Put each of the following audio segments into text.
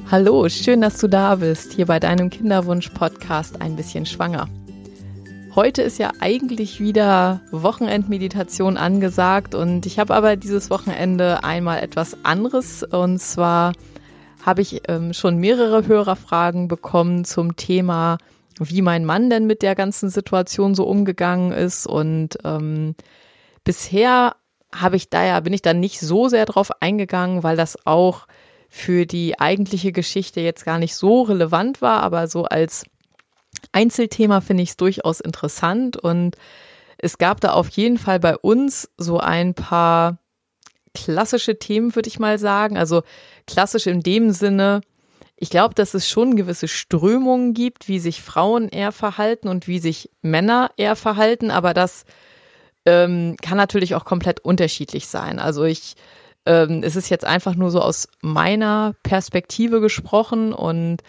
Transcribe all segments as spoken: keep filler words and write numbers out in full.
Hallo, schön, dass du da bist, hier bei deinem Kinderwunsch-Podcast Ein bisschen schwanger. Heute ist ja eigentlich wieder Wochenendmeditation angesagt und ich habe aber dieses Wochenende einmal etwas anderes, und zwar habe ich ähm, schon mehrere Hörerfragen bekommen zum Thema, wie mein Mann denn mit der ganzen Situation so umgegangen ist, und ähm, bisher habe ich da ja, bin ich da nicht so sehr drauf eingegangen, weil das auch für die eigentliche Geschichte jetzt gar nicht so relevant war, aber so als Einzelthema finde ich es durchaus interessant, und es gab da auf jeden Fall bei uns so ein paar klassische Themen, würde ich mal sagen. Also klassisch in dem Sinne, ich glaube, dass es schon gewisse Strömungen gibt, wie sich Frauen eher verhalten und wie sich Männer eher verhalten, aber das ähm, kann natürlich auch komplett unterschiedlich sein. Also ich ähm, es ist jetzt einfach nur so aus meiner Perspektive gesprochen, und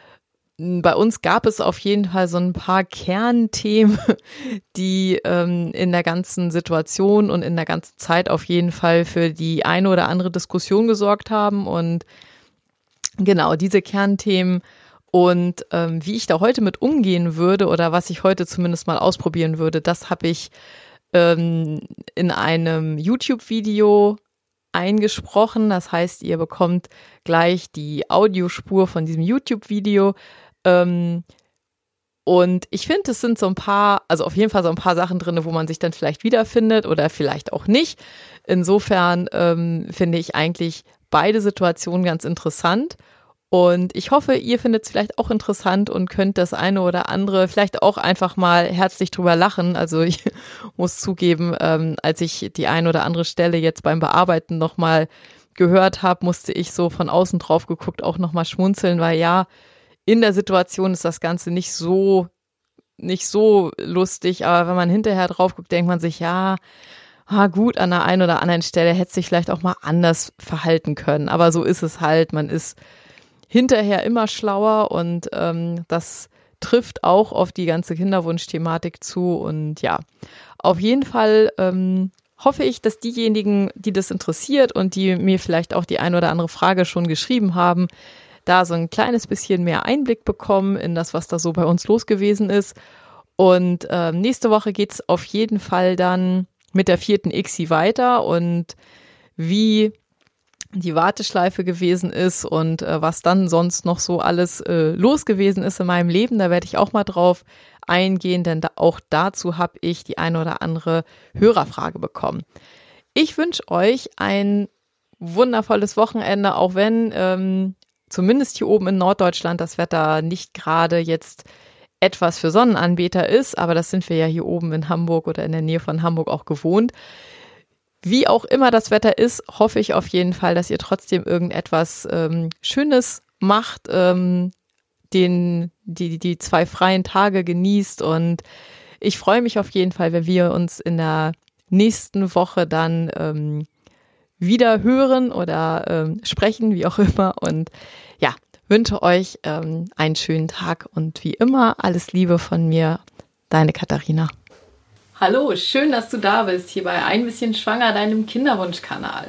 bei uns gab es auf jeden Fall so ein paar Kernthemen, die ähm, in der ganzen Situation und in der ganzen Zeit auf jeden Fall für die eine oder andere Diskussion gesorgt haben. Und genau diese Kernthemen und ähm, wie ich da heute mit umgehen würde oder was ich heute zumindest mal ausprobieren würde, das habe ich ähm, in einem YouTube-Video eingesprochen. Das heißt, ihr bekommt gleich die Audiospur von diesem YouTube-Video. Ähm, und ich finde, es sind so ein paar, also auf jeden Fall so ein paar Sachen drin, wo man sich dann vielleicht wiederfindet oder vielleicht auch nicht. Insofern ähm, finde ich eigentlich beide Situationen ganz interessant. Und ich hoffe, ihr findet es vielleicht auch interessant und könnt das eine oder andere vielleicht auch einfach mal herzlich drüber lachen. Also ich muss zugeben, ähm, als ich die eine oder andere Stelle jetzt beim Bearbeiten nochmal gehört habe, musste ich so von außen drauf geguckt auch nochmal schmunzeln, weil ja, in der Situation ist das Ganze nicht so, nicht so lustig, aber wenn man hinterher drauf guckt, denkt man sich, ja, ah, gut, an der einen oder anderen Stelle hätte sich vielleicht auch mal anders verhalten können. Aber so ist es halt, man ist hinterher immer schlauer, und ähm, das trifft auch auf die ganze Kinderwunsch-Thematik zu. Und ja, auf jeden Fall ähm, hoffe ich, dass diejenigen, die das interessiert und die mir vielleicht auch die ein oder andere Frage schon geschrieben haben, da so ein kleines bisschen mehr Einblick bekommen in das, was da so bei uns los gewesen ist. Und ähm, nächste Woche geht's auf jeden Fall dann mit der vierten I C S I weiter, und wie die Warteschleife gewesen ist und äh, was dann sonst noch so alles äh, los gewesen ist in meinem Leben. Da werde ich auch mal drauf eingehen, denn da, auch dazu habe ich die eine oder andere Hörerfrage bekommen. Ich wünsche euch ein wundervolles Wochenende, auch wenn ähm, zumindest hier oben in Norddeutschland das Wetter nicht gerade jetzt etwas für Sonnenanbeter ist, aber das sind wir ja hier oben in Hamburg oder in der Nähe von Hamburg auch gewohnt. Wie auch immer das Wetter ist, hoffe ich auf jeden Fall, dass ihr trotzdem irgendetwas ähm, Schönes macht, ähm, den, die, die zwei freien Tage genießt, und ich freue mich auf jeden Fall, wenn wir uns in der nächsten Woche dann ähm, wieder hören oder ähm, sprechen, wie auch immer, und ja, wünsche euch ähm, einen schönen Tag und wie immer alles Liebe von mir, deine Katharina. Hallo, schön, dass du da bist, hier bei Ein bisschen schwanger, deinem Kinderwunschkanal.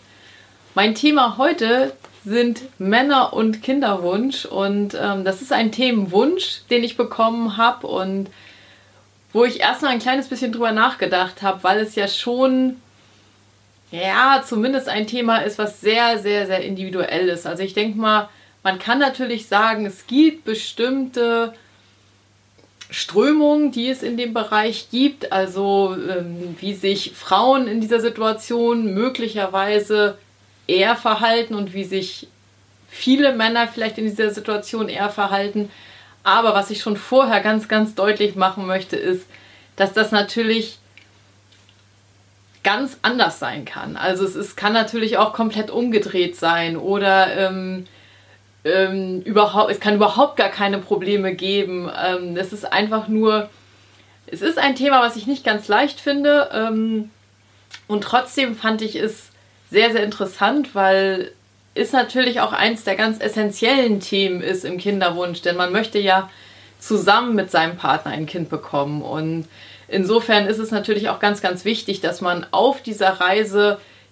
Mein Thema heute sind Männer und Kinderwunsch, und ähm, das ist ein Themenwunsch, den ich bekommen habe und wo ich erstmal ein kleines bisschen drüber nachgedacht habe, weil es ja schon, ja, zumindest ein Thema ist, was sehr, sehr, sehr individuell ist. Also ich denke mal, man kann natürlich sagen, es gibt bestimmte Strömungen, die es in dem Bereich gibt, also ähm, wie sich Frauen in dieser Situation möglicherweise eher verhalten und wie sich viele Männer vielleicht in dieser Situation eher verhalten. Aber was ich schon vorher ganz, ganz deutlich machen möchte, ist, dass das natürlich ganz anders sein kann. Also es ist, kann natürlich auch komplett umgedreht sein oder ähm, Ähm, überhaupt, es kann überhaupt gar keine Probleme geben. Ähm, es ist einfach nur, es ist ein Thema, was ich nicht ganz leicht finde, ähm, und trotzdem fand ich es sehr, sehr interessant, weil es natürlich auch eins der ganz essentiellen Themen ist im Kinderwunsch, denn man möchte ja zusammen mit seinem Partner ein Kind bekommen, und insofern ist es natürlich auch ganz, ganz wichtig, dass man auf dieser Reise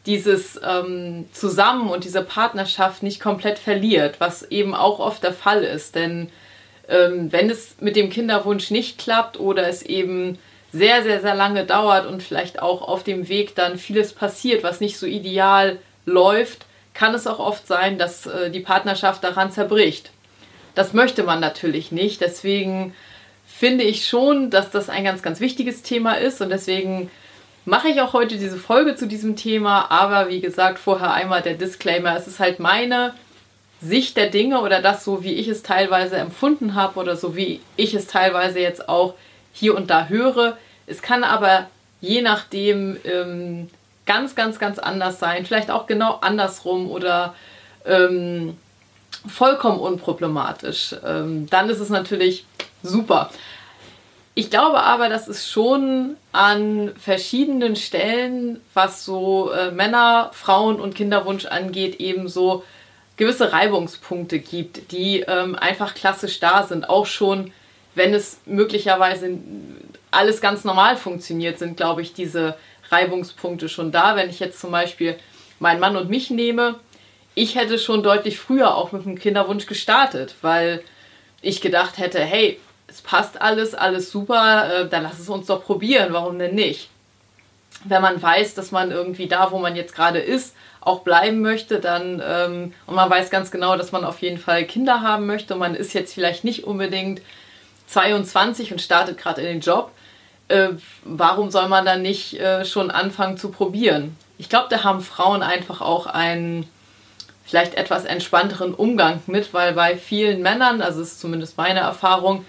dieses ähm, Zusammen und diese Partnerschaft nicht komplett verliert, was eben auch oft der Fall ist. Denn ähm, wenn es mit dem Kinderwunsch nicht klappt oder es eben sehr, sehr, sehr lange dauert und vielleicht auch auf dem Weg dann vieles passiert, was nicht so ideal läuft, kann es auch oft sein, dass äh, die Partnerschaft daran zerbricht. Das möchte man natürlich nicht. Deswegen finde ich schon, dass das ein ganz, ganz wichtiges Thema ist und deswegen mache ich auch heute diese Folge zu diesem Thema. Aber wie gesagt, vorher einmal der Disclaimer. Es ist halt meine Sicht der Dinge oder das so, wie ich es teilweise empfunden habe oder so, wie ich es teilweise jetzt auch hier und da höre. Es kann aber je nachdem ähm, ganz, ganz, ganz anders sein. Vielleicht auch genau andersrum oder ähm, vollkommen unproblematisch. Ähm, dann ist es natürlich super. Ich glaube aber, dass es schon an verschiedenen Stellen, was so äh, Männer, Frauen und Kinderwunsch angeht, eben so gewisse Reibungspunkte gibt, die ähm, einfach klassisch da sind. Auch schon, wenn es möglicherweise alles ganz normal funktioniert, sind, glaube ich, diese Reibungspunkte schon da. Wenn ich jetzt zum Beispiel meinen Mann und mich nehme, ich hätte schon deutlich früher auch mit dem Kinderwunsch gestartet, weil ich gedacht hätte, hey, es passt alles, alles super, äh, dann lass es uns doch probieren, warum denn nicht? Wenn man weiß, dass man irgendwie da, wo man jetzt gerade ist, auch bleiben möchte, dann ähm, und man weiß ganz genau, dass man auf jeden Fall Kinder haben möchte und man ist jetzt vielleicht nicht unbedingt zweiundzwanzig und startet gerade in den Job, äh, warum soll man dann nicht äh, schon anfangen zu probieren? Ich glaube, da haben Frauen einfach auch einen vielleicht etwas entspannteren Umgang mit, weil bei vielen Männern, also ist zumindest meine Erfahrung,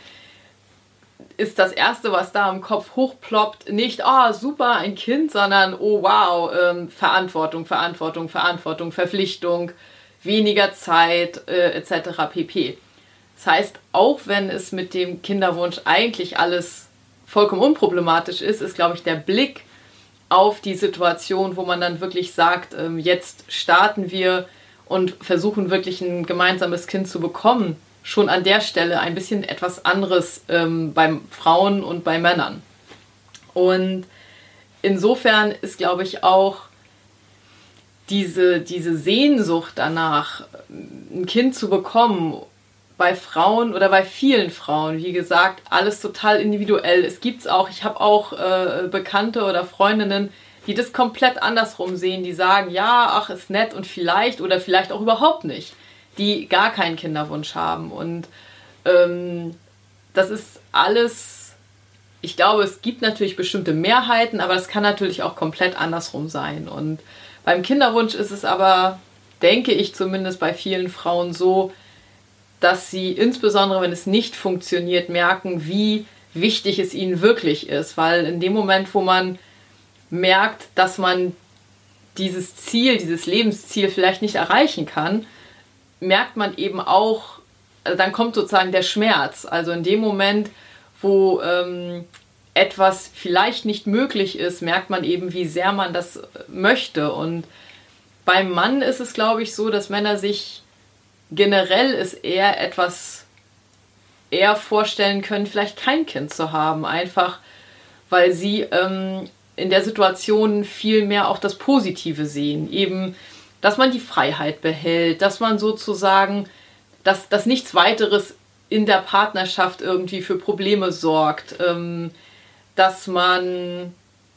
ist das Erste, was da im Kopf hochploppt, nicht, oh super, ein Kind, sondern, oh wow, ähm, Verantwortung, Verantwortung, Verantwortung, Verpflichtung, weniger Zeit, äh, et cetera pp. Das heißt, auch wenn es mit dem Kinderwunsch eigentlich alles vollkommen unproblematisch ist, ist, glaube ich, der Blick auf die Situation, wo man dann wirklich sagt, ähm, jetzt starten wir und versuchen wirklich ein gemeinsames Kind zu bekommen, schon an der Stelle ein bisschen etwas anderes ähm, bei Frauen und bei Männern. Und insofern ist, glaube ich, auch diese, diese Sehnsucht danach, ein Kind zu bekommen, bei Frauen oder bei vielen Frauen, wie gesagt, alles total individuell. Es gibt's auch, ich habe auch äh, Bekannte oder Freundinnen, die das komplett andersrum sehen, die sagen, ja, ach, ist nett und vielleicht oder vielleicht auch überhaupt nicht, die gar keinen Kinderwunsch haben. Und ähm, das ist alles, ich glaube, es gibt natürlich bestimmte Mehrheiten, aber es kann natürlich auch komplett andersrum sein. Und beim Kinderwunsch ist es aber, denke ich zumindest bei vielen Frauen so, dass sie insbesondere, wenn es nicht funktioniert, merken, wie wichtig es ihnen wirklich ist. Weil in dem Moment, wo man merkt, dass man dieses Ziel, dieses Lebensziel vielleicht nicht erreichen kann, merkt man eben auch, also dann kommt sozusagen der Schmerz. Also in dem Moment, wo ähm, etwas vielleicht nicht möglich ist, merkt man eben, wie sehr man das möchte. Und beim Mann ist es, glaube ich, so, dass Männer sich generell es eher etwas eher vorstellen können, vielleicht kein Kind zu haben. Einfach, weil sie ähm, in der Situation viel mehr auch das Positive sehen. Eben, dass man die Freiheit behält, dass man sozusagen, dass, dass nichts weiteres in der Partnerschaft irgendwie für Probleme sorgt, ähm, dass man,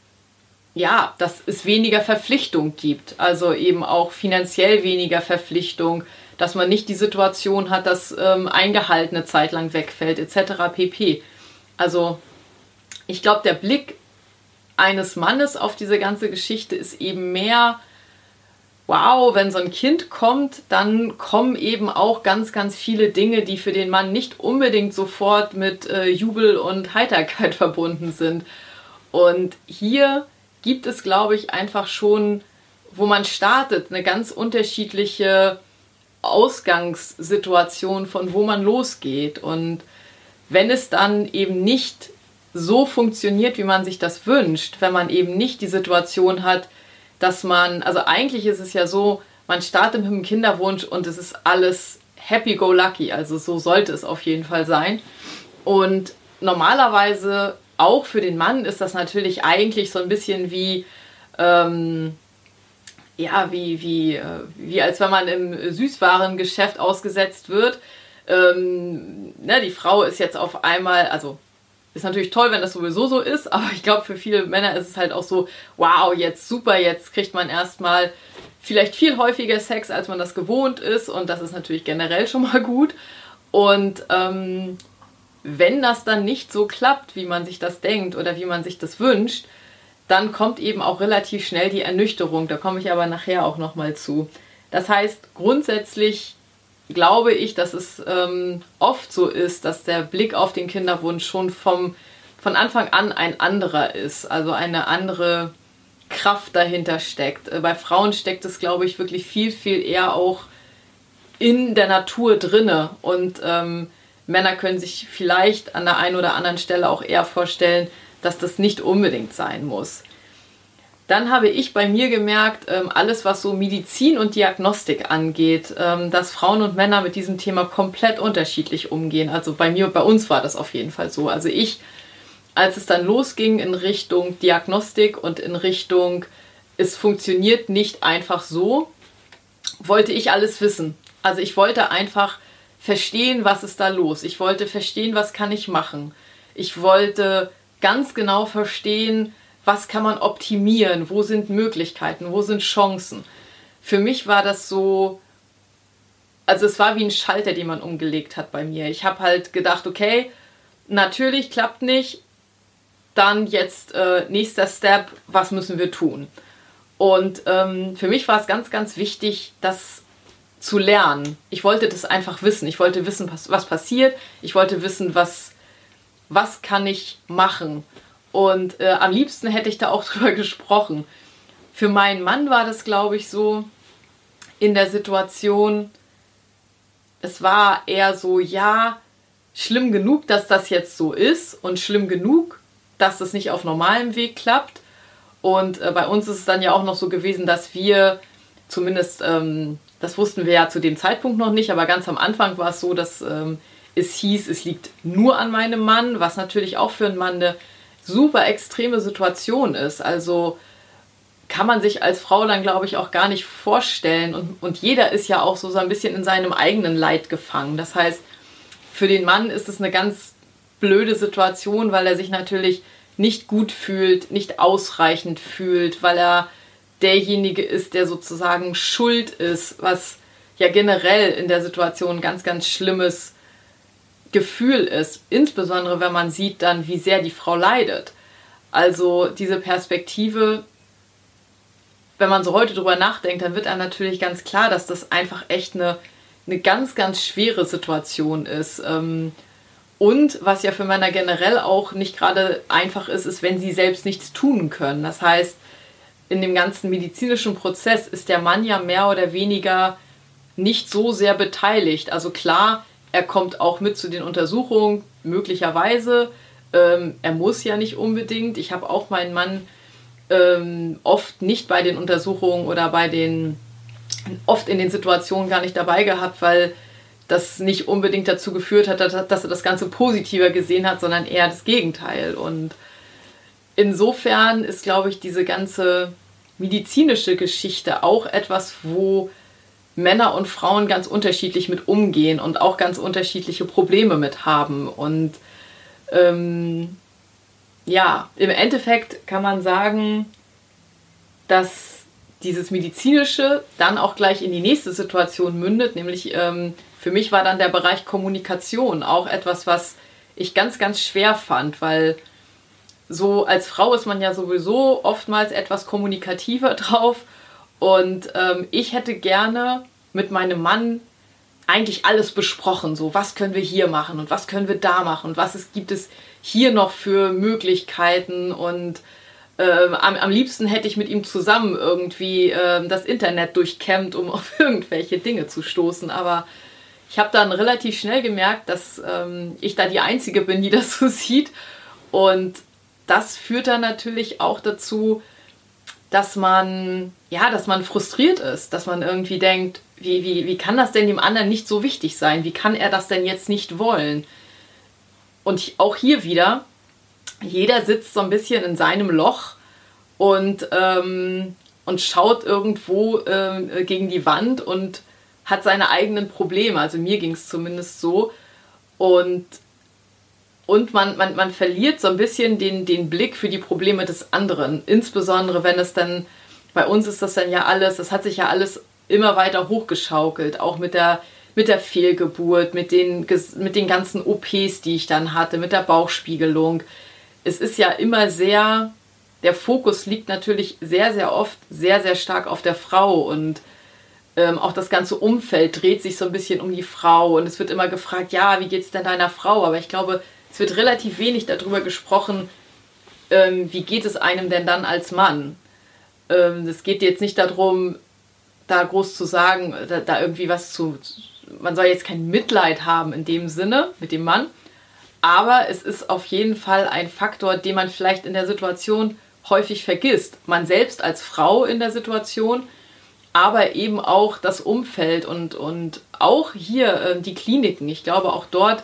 ja, dass es weniger Verpflichtung gibt, also eben auch finanziell weniger Verpflichtung, dass man nicht die Situation hat, dass ähm, ein Gehalt eine Zeit lang wegfällt, et cetera pp. Also ich glaube, der Blick eines Mannes auf diese ganze Geschichte ist eben mehr, wow, wenn so ein Kind kommt, dann kommen eben auch ganz, ganz viele Dinge, die für den Mann nicht unbedingt sofort mit äh, Jubel und Heiterkeit verbunden sind. Und hier gibt es, glaube ich, einfach schon, wo man startet, eine ganz unterschiedliche Ausgangssituation, von wo man losgeht. Und wenn es dann eben nicht so funktioniert, wie man sich das wünscht, wenn man eben nicht die Situation hat, dass man, also eigentlich ist es ja so, man startet mit dem Kinderwunsch und es ist alles happy-go-lucky, also so sollte es auf jeden Fall sein. Und normalerweise auch für den Mann ist das natürlich eigentlich so ein bisschen wie, ähm, ja, wie, wie, wie als wenn man im Süßwarengeschäft ausgesetzt wird. Ähm, ne, die Frau ist jetzt auf einmal, also ist natürlich toll, wenn das sowieso so ist, aber ich glaube, für viele Männer ist es halt auch so, wow, jetzt super, jetzt kriegt man erstmal vielleicht viel häufiger Sex, als man das gewohnt ist, und das ist natürlich generell schon mal gut. Und ähm, wenn das dann nicht so klappt, wie man sich das denkt oder wie man sich das wünscht, dann kommt eben auch relativ schnell die Ernüchterung. Da komme ich aber nachher auch nochmal zu. Das heißt, grundsätzlich glaube ich, dass es ähm, oft so ist, dass der Blick auf den Kinderwunsch schon vom, von Anfang an ein anderer ist. Also eine andere Kraft dahinter steckt. Äh, bei Frauen steckt es, glaube ich, wirklich viel, viel eher auch in der Natur drinne. Und ähm, Männer können sich vielleicht an der einen oder anderen Stelle auch eher vorstellen, dass das nicht unbedingt sein muss. Dann habe ich bei mir gemerkt, alles was so Medizin und Diagnostik angeht, dass Frauen und Männer mit diesem Thema komplett unterschiedlich umgehen. Also bei mir und bei uns war das auf jeden Fall so. Also ich, als es dann losging in Richtung Diagnostik und in Richtung, es funktioniert nicht einfach so, wollte ich alles wissen. Also ich wollte einfach verstehen, was ist da los. Ich wollte verstehen, was kann ich machen. Ich wollte ganz genau verstehen, was kann man optimieren, wo sind Möglichkeiten, wo sind Chancen. Für mich war das so, also es war wie ein Schalter, den man umgelegt hat bei mir. Ich habe halt gedacht, okay, natürlich klappt nicht, dann jetzt äh, nächster Step, was müssen wir tun? Und ähm, für mich war es ganz, ganz wichtig, das zu lernen. Ich wollte das einfach wissen. Ich wollte wissen, was, was passiert. Ich wollte wissen, was was kann ich machen? Und äh, am liebsten hätte ich da auch drüber gesprochen. Für meinen Mann war das, glaube ich, so in der Situation, es war eher so, ja, schlimm genug, dass das jetzt so ist und schlimm genug, dass das nicht auf normalem Weg klappt. Und äh, bei uns ist es dann ja auch noch so gewesen, dass wir zumindest, ähm, das wussten wir ja zu dem Zeitpunkt noch nicht, aber ganz am Anfang war es so, dass ähm, es hieß, es liegt nur an meinem Mann, was natürlich auch für einen Mann eine super extreme Situation ist. Also kann man sich als Frau dann, glaube ich, auch gar nicht vorstellen. Und, und jeder ist ja auch so, so ein bisschen in seinem eigenen Leid gefangen. Das heißt, für den Mann ist es eine ganz blöde Situation, weil er sich natürlich nicht gut fühlt, nicht ausreichend fühlt, weil er derjenige ist, der sozusagen schuld ist, was ja generell in der Situation ein ganz, ganz schlimmes Gefühl ist, insbesondere wenn man sieht dann, wie sehr die Frau leidet. Also diese Perspektive, wenn man so heute drüber nachdenkt, dann wird einem natürlich ganz klar, dass das einfach echt eine, eine ganz, ganz schwere Situation ist. Und was ja für Männer generell auch nicht gerade einfach ist, ist, wenn sie selbst nichts tun können. Das heißt, in dem ganzen medizinischen Prozess ist der Mann ja mehr oder weniger nicht so sehr beteiligt. Also klar, er kommt auch mit zu den Untersuchungen, möglicherweise. Ähm, er muss ja nicht unbedingt. Ich habe auch meinen Mann ähm, oft nicht bei den Untersuchungen oder bei den, oft in den Situationen gar nicht dabei gehabt, weil das nicht unbedingt dazu geführt hat, dass er das Ganze positiver gesehen hat, sondern eher das Gegenteil. Und insofern ist, glaube ich, diese ganze medizinische Geschichte auch etwas, wo Männer und Frauen ganz unterschiedlich mit umgehen und auch ganz unterschiedliche Probleme mit haben. Und ähm, ja, im Endeffekt kann man sagen, dass dieses Medizinische dann auch gleich in die nächste Situation mündet, nämlich ähm, für mich war dann der Bereich Kommunikation auch etwas, was ich ganz, ganz schwer fand, weil so als Frau ist man ja sowieso oftmals etwas kommunikativer drauf. Und ähm, ich hätte gerne mit meinem Mann eigentlich alles besprochen. So, was können wir hier machen und was können wir da machen und was ist, gibt es hier noch für Möglichkeiten. Und ähm, am, am liebsten hätte ich mit ihm zusammen irgendwie ähm, das Internet durchkämmt, um auf irgendwelche Dinge zu stoßen. Aber ich habe dann relativ schnell gemerkt, dass ähm, ich da die Einzige bin, die das so sieht. Und das führt dann natürlich auch dazu, dass man, ja, dass man frustriert ist, dass man irgendwie denkt, wie, wie, wie kann das denn dem anderen nicht so wichtig sein? Wie kann er das denn jetzt nicht wollen? Und auch hier wieder, jeder sitzt so ein bisschen in seinem Loch und ähm, und schaut irgendwo äh, gegen die Wand und hat seine eigenen Probleme. Also mir ging es zumindest so. Und, und man, man, man verliert so ein bisschen den, den Blick für die Probleme des anderen. Insbesondere wenn es dann, bei uns ist das dann ja alles, das hat sich ja alles immer weiter hochgeschaukelt. Auch mit der, mit der Fehlgeburt, mit den, mit den ganzen O Ps, die ich dann hatte, mit der Bauchspiegelung. Es ist ja immer sehr, der Fokus liegt natürlich sehr, sehr oft sehr, sehr stark auf der Frau und ähm, auch das ganze Umfeld dreht sich so ein bisschen um die Frau und es wird immer gefragt, ja, wie geht's denn deiner Frau? Aber ich glaube, es wird relativ wenig darüber gesprochen, ähm, wie geht es einem denn dann als Mann? Ähm, es geht jetzt nicht darum, da groß zu sagen, da, da irgendwie was zu, man soll jetzt kein Mitleid haben in dem Sinne mit dem Mann, aber es ist auf jeden Fall ein Faktor, den man vielleicht in der Situation häufig vergisst. Man selbst als Frau in der Situation, aber eben auch das Umfeld und, und auch hier äh, die Kliniken. Ich glaube, auch dort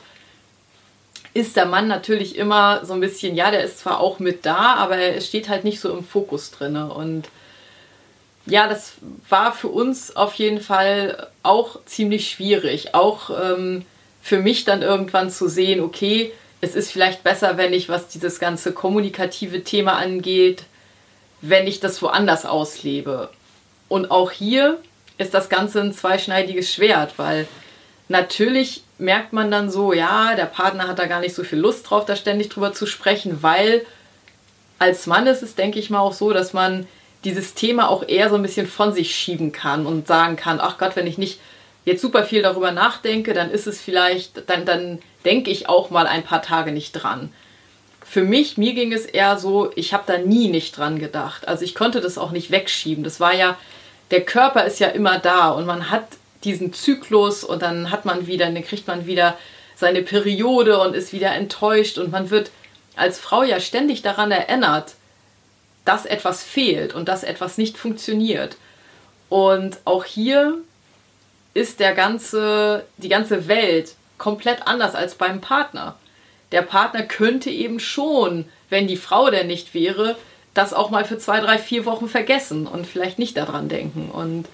ist der Mann natürlich immer so ein bisschen, ja, der ist zwar auch mit da, aber er steht halt nicht so im Fokus drin. Und ja, das war für uns auf jeden Fall auch ziemlich schwierig. Auch ähm, für mich dann irgendwann zu sehen, okay, es ist vielleicht besser, wenn ich, was dieses ganze kommunikative Thema angeht, wenn ich das woanders auslebe. Und auch hier ist das Ganze ein zweischneidiges Schwert, weil natürlich merkt man dann so, ja, der Partner hat da gar nicht so viel Lust drauf, da ständig drüber zu sprechen, weil als Mann ist es, denke ich mal, auch so, dass man dieses Thema auch eher so ein bisschen von sich schieben kann und sagen kann, ach Gott, wenn ich nicht jetzt super viel darüber nachdenke, dann ist es vielleicht, dann, dann denke ich auch mal ein paar Tage nicht dran. Für mich, mir ging es eher so, ich habe da nie nicht dran gedacht. Also ich konnte das auch nicht wegschieben. Das war ja, der Körper ist ja immer da und man hat diesen Zyklus und dann hat man wieder, dann kriegt man wieder seine Periode und ist wieder enttäuscht und man wird als Frau ja ständig daran erinnert, dass etwas fehlt und dass etwas nicht funktioniert. Und auch hier ist der ganze, die ganze Welt komplett anders als beim Partner. Der Partner könnte eben schon, wenn die Frau denn nicht wäre, das auch mal für zwei, drei, vier Wochen vergessen und vielleicht nicht daran denken. Und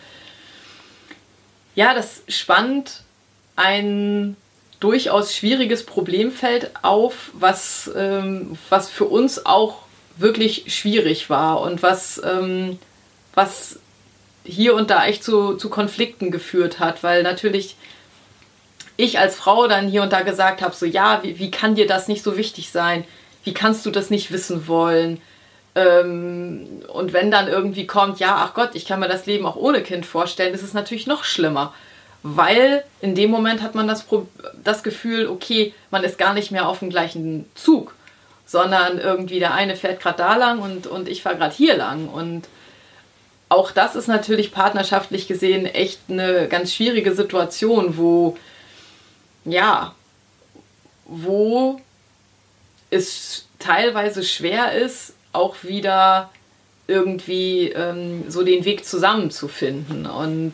ja, das spannt ein durchaus schwieriges Problemfeld auf, was, ähm, was für uns auch wirklich schwierig war und was, ähm, was hier und da echt zu, zu Konflikten geführt hat, weil natürlich ich als Frau dann hier und da gesagt habe, so ja, wie, wie kann dir das nicht so wichtig sein? Wie kannst du das nicht wissen wollen? Ähm, und wenn dann irgendwie kommt, ja, ach Gott, ich kann mir das Leben auch ohne Kind vorstellen, das ist natürlich noch schlimmer, weil in dem Moment hat man das, das Gefühl, okay, man ist gar nicht mehr auf dem gleichen Zug, sondern irgendwie der eine fährt gerade da lang und, und ich fahre gerade hier lang und auch das ist natürlich partnerschaftlich gesehen echt eine ganz schwierige Situation, wo, ja, wo es teilweise schwer ist, auch wieder irgendwie ähm, so den Weg zusammenzufinden. Und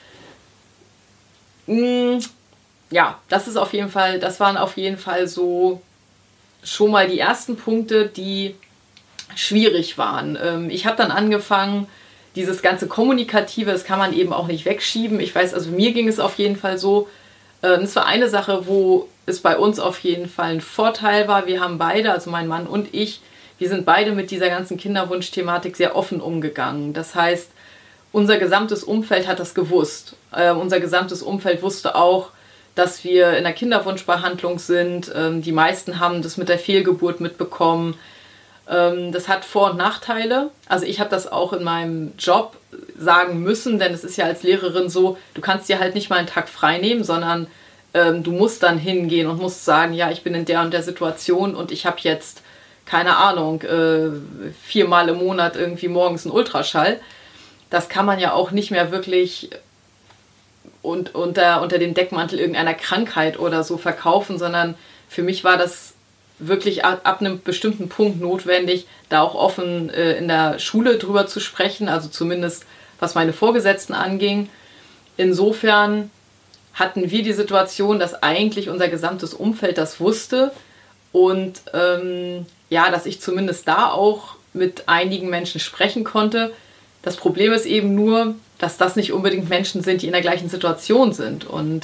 mh, ja, das ist auf jeden Fall, das waren auf jeden Fall so schon mal die ersten Punkte, die schwierig waren. Ähm, ich habe dann angefangen, dieses ganze Kommunikative, das kann man eben auch nicht wegschieben. Ich weiß, also mir ging es auf jeden Fall so, äh, das war eine Sache, wo es bei uns auf jeden Fall ein Vorteil war. Wir haben beide, also mein Mann und ich, wir sind beide mit dieser ganzen Kinderwunsch-Thematik sehr offen umgegangen. Das heißt, unser gesamtes Umfeld hat das gewusst. Äh, unser gesamtes Umfeld wusste auch, dass wir in der Kinderwunschbehandlung sind. Ähm, die meisten haben das mit der Fehlgeburt mitbekommen. Das hat Vor- und Nachteile. Also ich habe das auch in meinem Job sagen müssen, denn es ist ja als Lehrerin so, du kannst dir halt nicht mal einen Tag frei nehmen, sondern ähm, du musst dann hingehen und musst sagen, ja, ich bin in der und der Situation und ich habe jetzt, keine Ahnung, äh, viermal im Monat irgendwie morgens einen Ultraschall. Das kann man ja auch nicht mehr wirklich und, unter, unter dem Deckmantel irgendeiner Krankheit oder so verkaufen, sondern für mich war das wirklich ab, ab einem bestimmten Punkt notwendig, da auch offen äh, in der Schule drüber zu sprechen, also zumindest was meine Vorgesetzten anging. Insofern hatten wir die Situation, dass eigentlich unser gesamtes Umfeld das wusste und ähm, ja, dass ich zumindest da auch mit einigen Menschen sprechen konnte. Das Problem ist eben nur, dass das nicht unbedingt Menschen sind, die in der gleichen Situation sind. Und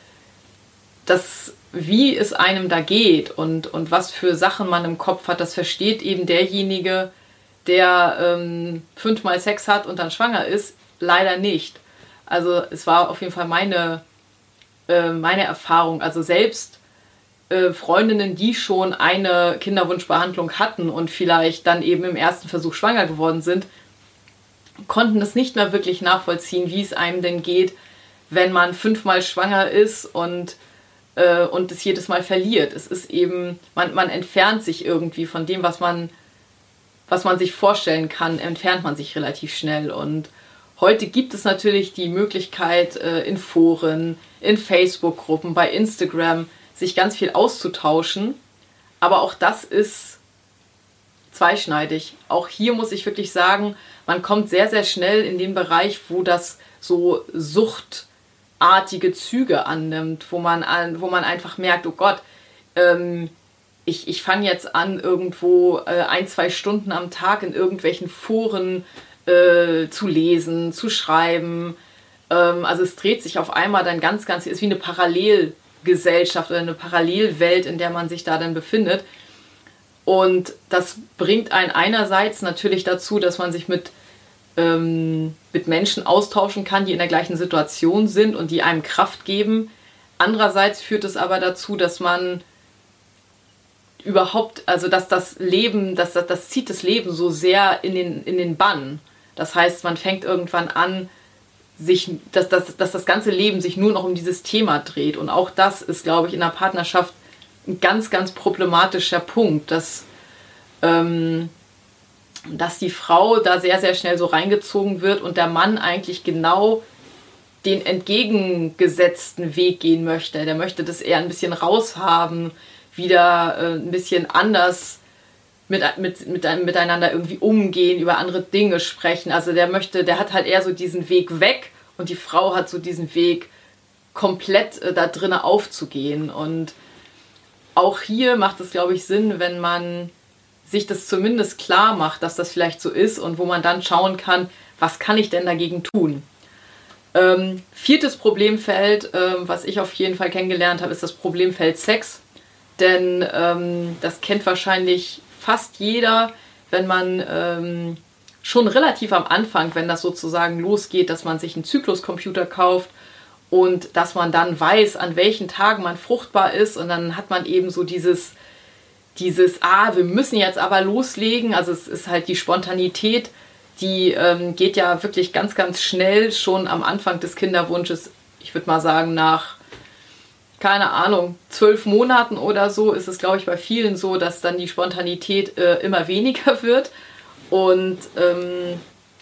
das, wie es einem da geht und, und was für Sachen man im Kopf hat, das versteht eben derjenige, der ähm, fünfmal Sex hat und dann schwanger ist, leider nicht. Also es war auf jeden Fall meine, äh, meine Erfahrung. Also selbst äh, Freundinnen, die schon eine Kinderwunschbehandlung hatten und vielleicht dann eben im ersten Versuch schwanger geworden sind, konnten es nicht mehr wirklich nachvollziehen, wie es einem denn geht, wenn man fünfmal schwanger ist und, äh, und es jedes Mal verliert. Es ist eben, man, man entfernt sich irgendwie von dem, was man was man sich vorstellen kann, entfernt man sich relativ schnell. Und heute gibt es natürlich die Möglichkeit, in Foren, in Facebook-Gruppen, bei Instagram sich ganz viel auszutauschen. Aber auch das ist zweischneidig. Auch hier muss ich wirklich sagen, man kommt sehr, sehr schnell in den Bereich, wo das so suchtartige Züge annimmt, wo man, wo man einfach merkt, oh Gott, ähm, Ich, ich fange jetzt an, irgendwo äh, ein, zwei Stunden am Tag in irgendwelchen Foren äh, zu lesen, zu schreiben. Ähm, also es dreht sich auf einmal dann ganz, ganz, ist wie eine Parallelgesellschaft oder eine Parallelwelt, in der man sich da dann befindet. Und das bringt einen einerseits natürlich dazu, dass man sich mit, ähm, mit Menschen austauschen kann, die in der gleichen Situation sind und die einem Kraft geben. Andererseits führt es aber dazu, dass man überhaupt, also dass das Leben, dass das, das zieht das Leben so sehr in den, in den Bann. Das heißt, man fängt irgendwann an, sich, dass, dass, dass das ganze Leben sich nur noch um dieses Thema dreht. Und auch das ist, glaube ich, in der Partnerschaft ein ganz, ganz problematischer Punkt, dass, ähm, dass die Frau da sehr, sehr schnell so reingezogen wird und der Mann eigentlich genau den entgegengesetzten Weg gehen möchte. Der möchte das eher ein bisschen raushaben, wieder äh, ein bisschen anders mit, mit, mit, miteinander irgendwie umgehen, über andere Dinge sprechen. Also der möchte, der hat halt eher so diesen Weg weg und die Frau hat so diesen Weg komplett äh, da drinnen aufzugehen. Und auch hier macht es, glaube ich, Sinn, wenn man sich das zumindest klar macht, dass das vielleicht so ist und wo man dann schauen kann, was kann ich denn dagegen tun? Ähm, viertes Problemfeld, ähm, was ich auf jeden Fall kennengelernt habe, ist das Problemfeld Sex. Denn ähm, das kennt wahrscheinlich fast jeder, wenn man ähm, schon relativ am Anfang, wenn das sozusagen losgeht, dass man sich einen Zykluscomputer kauft und dass man dann weiß, an welchen Tagen man fruchtbar ist und dann hat man eben so dieses, dieses, ah, wir müssen jetzt aber loslegen. Also es ist halt die Spontanität, die ähm, geht ja wirklich ganz, ganz schnell schon am Anfang des Kinderwunsches. Ich würde mal sagen, nach keine Ahnung, zwölf Monaten oder so ist es, glaube ich, bei vielen so, dass dann die Spontanität äh, immer weniger wird. Und ähm,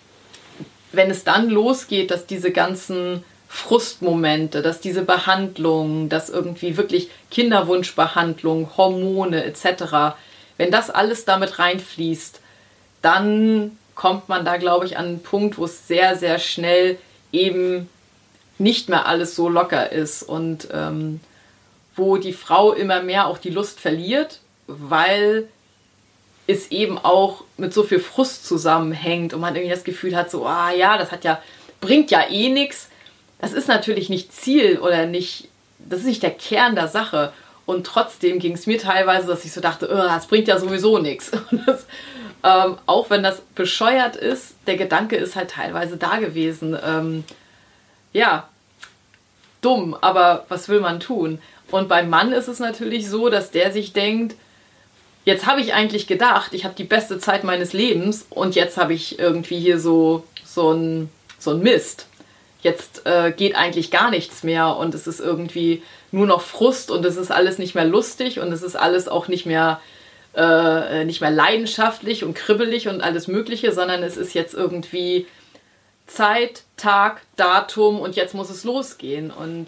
wenn es dann losgeht, dass diese ganzen Frustmomente, dass diese Behandlung, dass irgendwie wirklich Kinderwunschbehandlung, Hormone et cetera, wenn das alles damit reinfließt, dann kommt man da, glaube ich, an einen Punkt, wo es sehr, sehr schnell eben nicht mehr alles so locker ist und ähm, wo die Frau immer mehr auch die Lust verliert, weil es eben auch mit so viel Frust zusammenhängt und man irgendwie das Gefühl hat, so, ah ja, das hat ja, bringt ja eh nichts. Das ist natürlich nicht Ziel oder nicht, das ist nicht der Kern der Sache. Und trotzdem ging es mir teilweise, dass ich so dachte, oh, das bringt ja sowieso nichts. Und das, ähm, auch wenn das bescheuert ist, der Gedanke ist halt teilweise da gewesen. Ähm, ja, dumm, aber was will man tun? Und beim Mann ist es natürlich so, dass der sich denkt, jetzt habe ich eigentlich gedacht, ich habe die beste Zeit meines Lebens und jetzt habe ich irgendwie hier so, so ein so ein Mist. Jetzt äh, geht eigentlich gar nichts mehr und es ist irgendwie nur noch Frust und es ist alles nicht mehr lustig und es ist alles auch nicht mehr, äh, nicht mehr leidenschaftlich und kribbelig und alles Mögliche, sondern es ist jetzt irgendwie Zeit, Tag, Datum und jetzt muss es losgehen. Und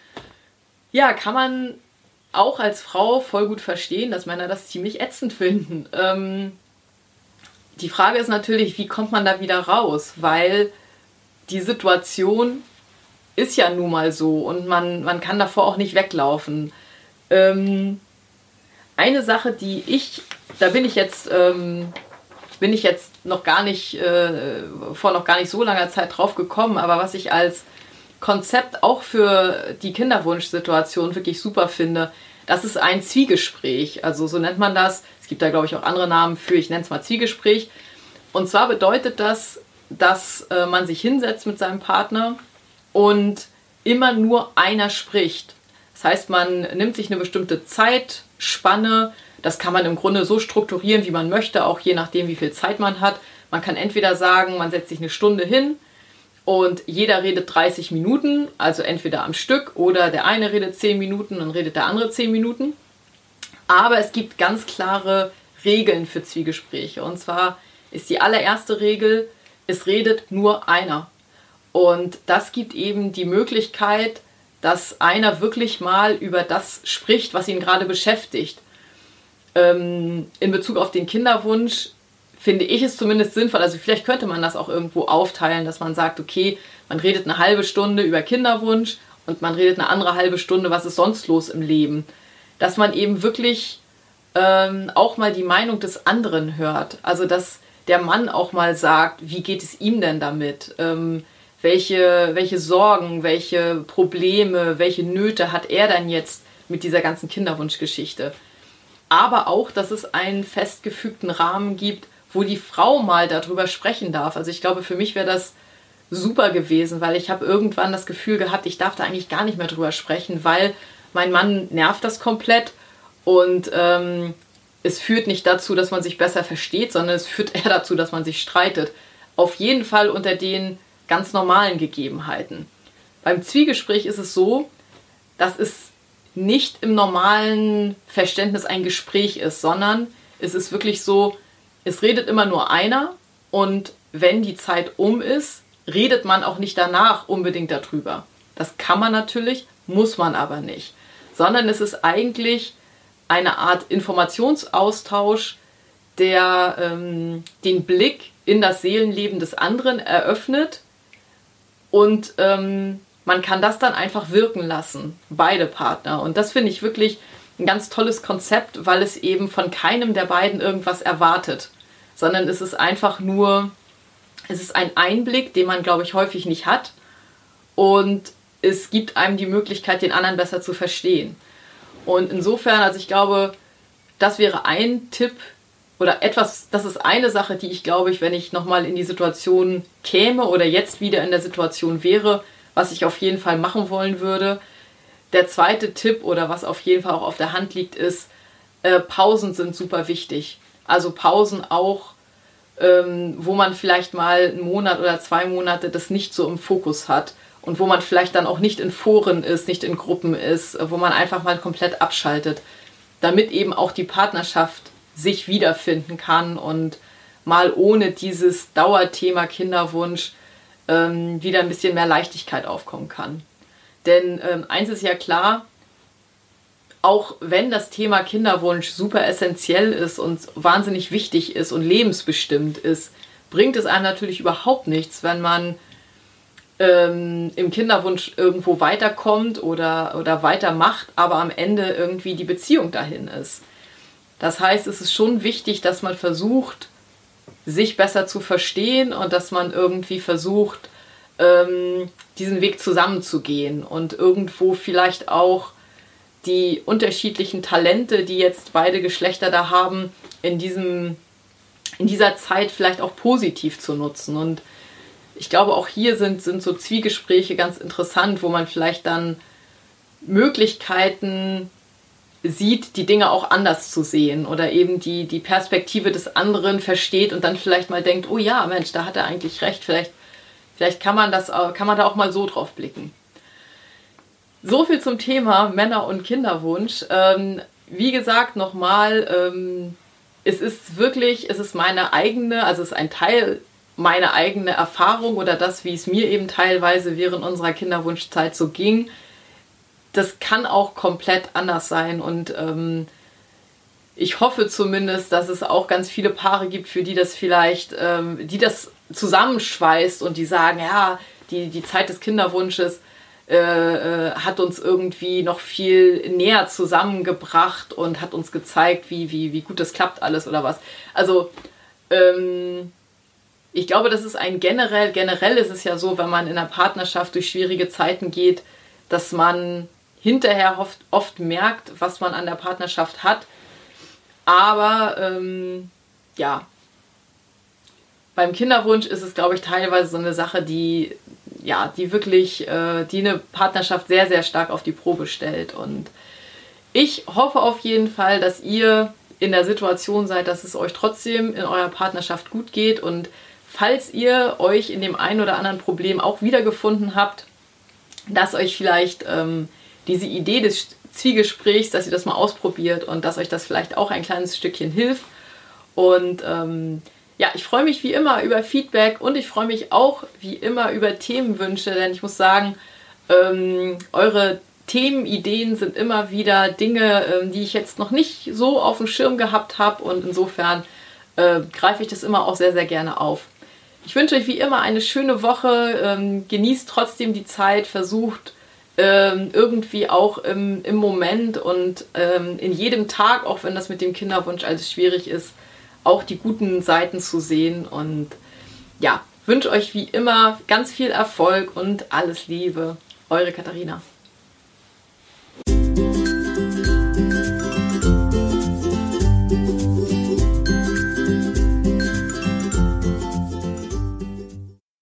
ja, kann man auch als Frau voll gut verstehen, dass Männer das ziemlich ätzend finden. Ähm, die Frage ist natürlich, wie kommt man da wieder raus? Weil die Situation ist ja nun mal so und man, man kann davor auch nicht weglaufen. Ähm, eine Sache, die ich, da bin ich jetzt ähm, bin ich jetzt noch gar nicht, äh, vor noch gar nicht so langer Zeit drauf gekommen, aber was ich als Konzept auch für die Kinderwunschsituation wirklich super finde, das ist ein Zwiegespräch. Also so nennt man das. Es gibt da, glaube ich, auch andere Namen für. Ich nenne es mal Zwiegespräch. Und zwar bedeutet das, dass äh, man sich hinsetzt mit seinem Partner und immer nur einer spricht. Das heißt, man nimmt sich eine bestimmte Zeitspanne. Das kann man im Grunde so strukturieren, wie man möchte, auch je nachdem, wie viel Zeit man hat. Man kann entweder sagen, man setzt sich eine Stunde hin und jeder redet dreißig Minuten, also entweder am Stück oder der eine redet zehn Minuten und redet der andere zehn Minuten. Aber es gibt ganz klare Regeln für Zwiegespräche. Und zwar ist die allererste Regel, es redet nur einer. Und das gibt eben die Möglichkeit, dass einer wirklich mal über das spricht, was ihn gerade beschäftigt. Ähm, in Bezug auf den Kinderwunsch finde ich es zumindest sinnvoll, also vielleicht könnte man das auch irgendwo aufteilen, dass man sagt, okay, man redet eine halbe Stunde über Kinderwunsch und man redet eine andere halbe Stunde, was ist sonst los im Leben. Dass man eben wirklich ähm, auch mal die Meinung des anderen hört. Also dass der Mann auch mal sagt, wie geht es ihm denn damit? Ähm, welche, welche Sorgen, welche Probleme, welche Nöte hat er denn jetzt mit dieser ganzen Kinderwunschgeschichte? Aber auch, dass es einen festgefügten Rahmen gibt, wo die Frau mal darüber sprechen darf. Also ich glaube, für mich wäre das super gewesen, weil ich habe irgendwann das Gefühl gehabt, ich darf da eigentlich gar nicht mehr drüber sprechen, weil mein Mann nervt das komplett und ähm, es führt nicht dazu, dass man sich besser versteht, sondern es führt eher dazu, dass man sich streitet. Auf jeden Fall unter den ganz normalen Gegebenheiten. Beim Zwiegespräch ist es so, dass es nicht im normalen Verständnis ein Gespräch ist, sondern es ist wirklich so, es redet immer nur einer und wenn die Zeit um ist, redet man auch nicht danach unbedingt darüber. Das kann man natürlich, muss man aber nicht. Sondern es ist eigentlich eine Art Informationsaustausch, der ähm, den Blick in das Seelenleben des anderen eröffnet und ähm, man kann das dann einfach wirken lassen, beide Partner. Und das finde ich wirklich ein ganz tolles Konzept, weil es eben von keinem der beiden irgendwas erwartet, sondern es ist einfach nur, es ist ein Einblick, den man, glaube ich, häufig nicht hat und es gibt einem die Möglichkeit, den anderen besser zu verstehen. Und insofern, also ich glaube, das wäre ein Tipp oder etwas, das ist eine Sache, die ich, glaube ich, wenn ich nochmal in die Situation käme oder jetzt wieder in der Situation wäre, was ich auf jeden Fall machen wollen würde. Der zweite Tipp oder was auf jeden Fall auch auf der Hand liegt, ist, äh, Pausen sind super wichtig. Also Pausen auch, ähm, wo man vielleicht mal einen Monat oder zwei Monate das nicht so im Fokus hat und wo man vielleicht dann auch nicht in Foren ist, nicht in Gruppen ist, wo man einfach mal komplett abschaltet, damit eben auch die Partnerschaft sich wiederfinden kann und mal ohne dieses Dauerthema Kinderwunsch ähm, wieder ein bisschen mehr Leichtigkeit aufkommen kann. Denn ähm, eins ist ja klar, auch wenn das Thema Kinderwunsch super essentiell ist und wahnsinnig wichtig ist und lebensbestimmt ist, bringt es einem natürlich überhaupt nichts, wenn man ähm, im Kinderwunsch irgendwo weiterkommt oder, oder weitermacht, aber am Ende irgendwie die Beziehung dahin ist. Das heißt, es ist schon wichtig, dass man versucht, sich besser zu verstehen und dass man irgendwie versucht, ähm, diesen Weg zusammenzugehen und irgendwo vielleicht auch die unterschiedlichen Talente, die jetzt beide Geschlechter da haben, in diesem, in dieser Zeit vielleicht auch positiv zu nutzen. Und ich glaube, auch hier sind, sind so Zwiegespräche ganz interessant, wo man vielleicht dann Möglichkeiten sieht, die Dinge auch anders zu sehen oder eben die, die Perspektive des anderen versteht und dann vielleicht mal denkt, oh ja, Mensch, da hat er eigentlich recht, vielleicht, vielleicht kann man das, kann man da auch mal so drauf blicken. So viel zum Thema Männer- und Kinderwunsch. Ähm, wie gesagt, nochmal, ähm, es ist wirklich, es ist meine eigene, also es ist ein Teil meiner eigenen Erfahrung oder das, wie es mir eben teilweise während unserer Kinderwunschzeit so ging. Das kann auch komplett anders sein und ähm, ich hoffe zumindest, dass es auch ganz viele Paare gibt, für die das vielleicht, ähm, die das zusammenschweißt und die sagen, ja, die, die Zeit des Kinderwunsches äh, äh, hat uns irgendwie noch viel näher zusammengebracht und hat uns gezeigt, wie, wie, wie gut das klappt alles oder was. Also ähm, ich glaube, das ist ein generell, generell ist es ja so, wenn man in einer Partnerschaft durch schwierige Zeiten geht, dass man hinterher oft, oft merkt, was man an der Partnerschaft hat. Aber ähm, ja, beim Kinderwunsch ist es, glaube ich, teilweise so eine Sache, die, ja, die wirklich, äh, die eine Partnerschaft sehr, sehr stark auf die Probe stellt. Und ich hoffe auf jeden Fall, dass ihr in der Situation seid, dass es euch trotzdem in eurer Partnerschaft gut geht. Und falls ihr euch in dem einen oder anderen Problem auch wiedergefunden habt, dass euch vielleicht ähm, diese Idee des Zwiegesprächs, dass ihr das mal ausprobiert und dass euch das vielleicht auch ein kleines Stückchen hilft. Und ähm, ja, ich freue mich wie immer über Feedback und ich freue mich auch wie immer über Themenwünsche, denn ich muss sagen, ähm, eure Themenideen sind immer wieder Dinge, ähm, die ich jetzt noch nicht so auf dem Schirm gehabt habe und insofern äh, greife ich das immer auch sehr, sehr gerne auf. Ich wünsche euch wie immer eine schöne Woche, ähm, genießt trotzdem die Zeit, versucht ähm, irgendwie auch im, im Moment und ähm, in jedem Tag, auch wenn das mit dem Kinderwunsch alles schwierig ist, auch die guten Seiten zu sehen und ja, wünsche euch wie immer ganz viel Erfolg und alles Liebe. Eure Katharina.